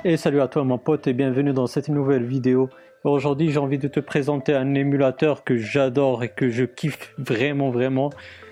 Et salut à toi mon pote et bienvenue dans cette nouvelle vidéo. Aujourd'hui j'ai envie de te présenter un émulateur que j'adore et que je kiffe vraiment.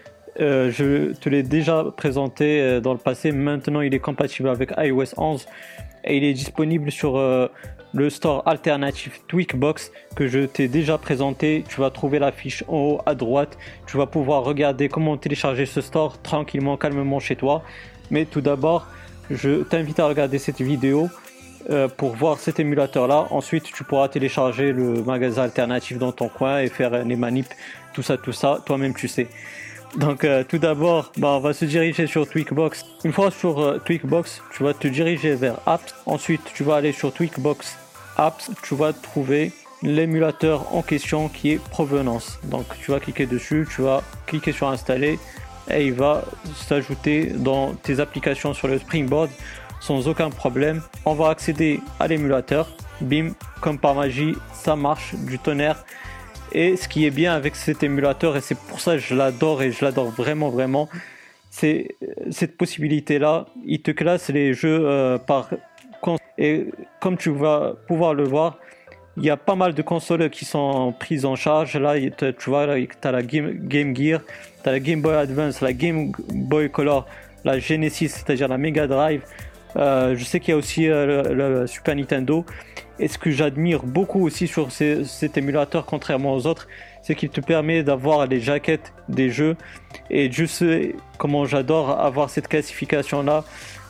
Je te l'ai déjà présenté dans le passé, maintenant il est compatible avec iOS 11 et il est disponible sur le store alternatif Tweakbox que je t'ai déjà présenté. Tu vas trouver la fiche en haut à droite, tu vas pouvoir regarder comment télécharger ce store tranquillement, calmement chez toi. Mais tout d'abord, je t'invite à regarder cette vidéo pour voir cet émulateur là. Ensuite tu pourras télécharger le magasin alternatif dans ton coin et faire les manips, tout ça toi-même tu sais. Donc tout d'abord on va se diriger sur Tweakbox. Une fois sur Tweakbox, tu vas te diriger vers Apps. Ensuite tu vas aller sur Tweakbox Apps, tu vas trouver l'émulateur en question qui est Provenance. Donc tu vas cliquer dessus, tu vas cliquer sur installer et il va s'ajouter dans tes applications sur le Springboard sans aucun problème. On va accéder à l'émulateur, bim, comme par magie ça marche du tonnerre. Et ce qui est bien avec cet émulateur, et c'est pour ça que je l'adore et je l'adore vraiment, c'est cette possibilité là, il te classe les jeux par console. Et comme tu vas pouvoir le voir, il y a pas mal de consoles qui sont prises en charge. Là tu vois, tu as la Game Gear, tu as la Game Boy Advance, la Game Boy Color, la Genesis, c'est-à-dire la Mega Drive. Je sais qu'il y a aussi le Super Nintendo. Et ce que j'admire beaucoup aussi sur cet émulateur, contrairement aux autres, c'est qu'il te permet d'avoir les jaquettes des jeux. Et je sais comment j'adore avoir cette classification là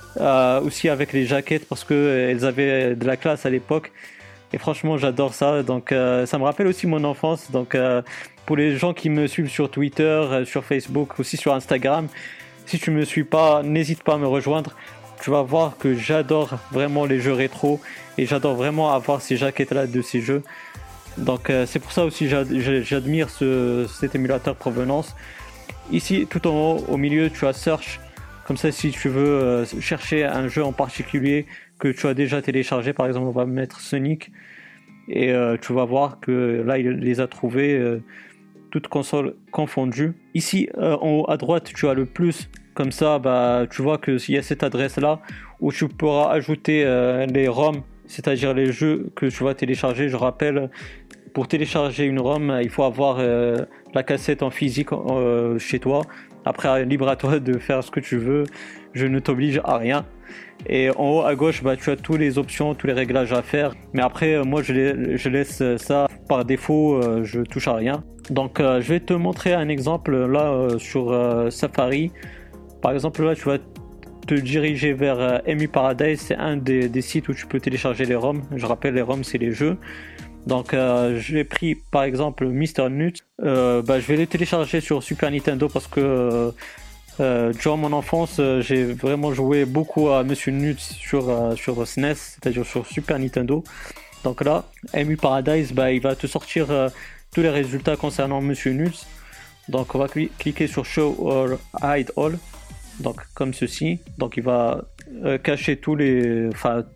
aussi avec les jaquettes, parce qu'elles avaient de la classe à l'époque. Et franchement j'adore ça. Donc ça me rappelle aussi mon enfance. Donc pour les gens qui me suivent sur Twitter, sur Facebook, aussi sur Instagram, si tu me suis pas, n'hésite pas à me rejoindre. Tu vas voir que j'adore vraiment les jeux rétro et j'adore vraiment avoir ces jaquettes là de ces jeux. Donc c'est pour ça aussi j'admire cet émulateur Provenance. Ici tout en haut au milieu tu as Search, comme ça si tu veux chercher un jeu en particulier que tu as déjà téléchargé, par exemple on va mettre Sonic et tu vas voir que là il les a trouvés toutes consoles confondues. Ici en haut à droite tu as le plus. Comme ça, tu vois qu'il y a cette adresse-là où tu pourras ajouter les ROM, c'est-à-dire les jeux que tu vas télécharger. Je rappelle, pour télécharger une ROM, il faut avoir la cassette en physique chez toi. Après, libre à toi de faire ce que tu veux. Je ne t'oblige à rien. Et en haut à gauche, tu as toutes les options, tous les réglages à faire. Mais après, moi, je laisse ça par défaut. Je touche à rien. Donc, je vais te montrer un exemple là sur Safari. Par exemple là tu vas te diriger vers Emu Paradise, c'est un des sites où tu peux télécharger les ROM. Je rappelle, les ROM c'est les jeux. Donc j'ai pris par exemple Mr Nuts, je vais les télécharger sur Super Nintendo parce que durant mon enfance j'ai vraiment joué beaucoup à Monsieur Nuts sur SNES, c'est-à-dire sur Super Nintendo. Donc là Emu Paradise, il va te sortir tous les résultats concernant Monsieur Nuts. Donc on va cliquer sur Show or Hide All. Donc comme ceci, donc il va cacher tous les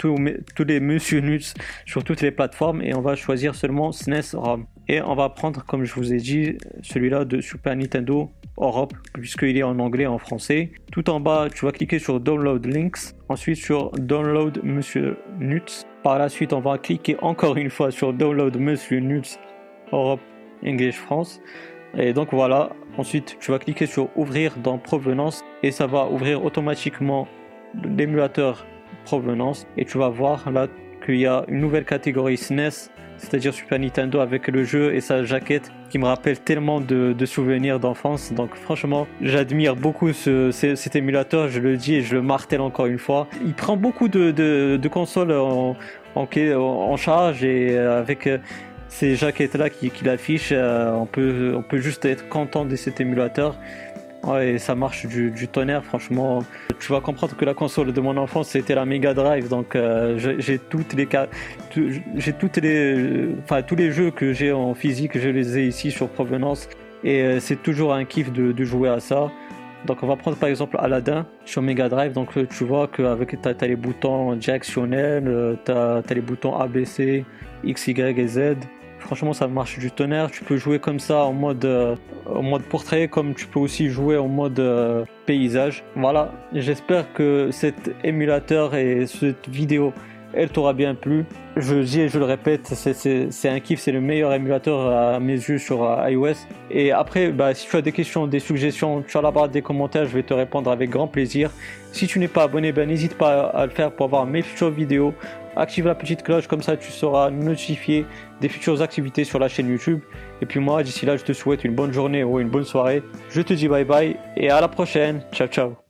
Monsieur Nuts sur toutes les plateformes et on va choisir seulement SNES ROM. Et on va prendre, comme je vous ai dit, celui-là de Super Nintendo Europe, puisqu'il est en anglais et en français. Tout en bas, tu vas cliquer sur Download Links, ensuite sur Download Monsieur Nuts. Par la suite, on va cliquer encore une fois sur Download Monsieur Nuts Europe English France. Et donc voilà, ensuite tu vas cliquer sur ouvrir dans Provenance et ça va ouvrir automatiquement l'émulateur Provenance et tu vas voir là qu'il y a une nouvelle catégorie SNES, c'est-à-dire Super Nintendo, avec le jeu et sa jaquette qui me rappelle tellement de souvenirs d'enfance. Donc franchement j'admire beaucoup cet émulateur, je le dis et je le martèle encore une fois. Il prend beaucoup de consoles en charge et avec ces jaquettes là qu'il affiche, on peut juste être content de cet émulateur. Ouais, et ça marche du tonnerre, franchement. Tu vas comprendre que la console de mon enfance c'était la Mega Drive, donc j'ai tous les jeux que j'ai en physique, je les ai ici sur Provenance et c'est toujours un kiff de jouer à ça. Donc on va prendre par exemple Aladdin sur Mega Drive. Donc tu vois qu'avec t'as les boutons directionnels, t'as les boutons ABC, X, Y et Z. Franchement ça marche du tonnerre. Tu peux jouer comme ça en mode portrait, comme tu peux aussi jouer en mode paysage. Voilà, j'espère que cet émulateur et cette vidéo elle t'aura bien plu. Je dis et je le répète, c'est un kiff, c'est le meilleur émulateur à mes yeux sur iOS. Et après, si tu as des questions, des suggestions, tu as la barre des commentaires, je vais te répondre avec grand plaisir. Si tu n'es pas abonné, n'hésite pas à le faire pour avoir mes futures vidéos. Active la petite cloche, comme ça tu seras notifié des futures activités sur la chaîne YouTube. Et puis moi, d'ici là, je te souhaite une bonne journée ou une bonne soirée. Je te dis bye bye et à la prochaine. Ciao, ciao.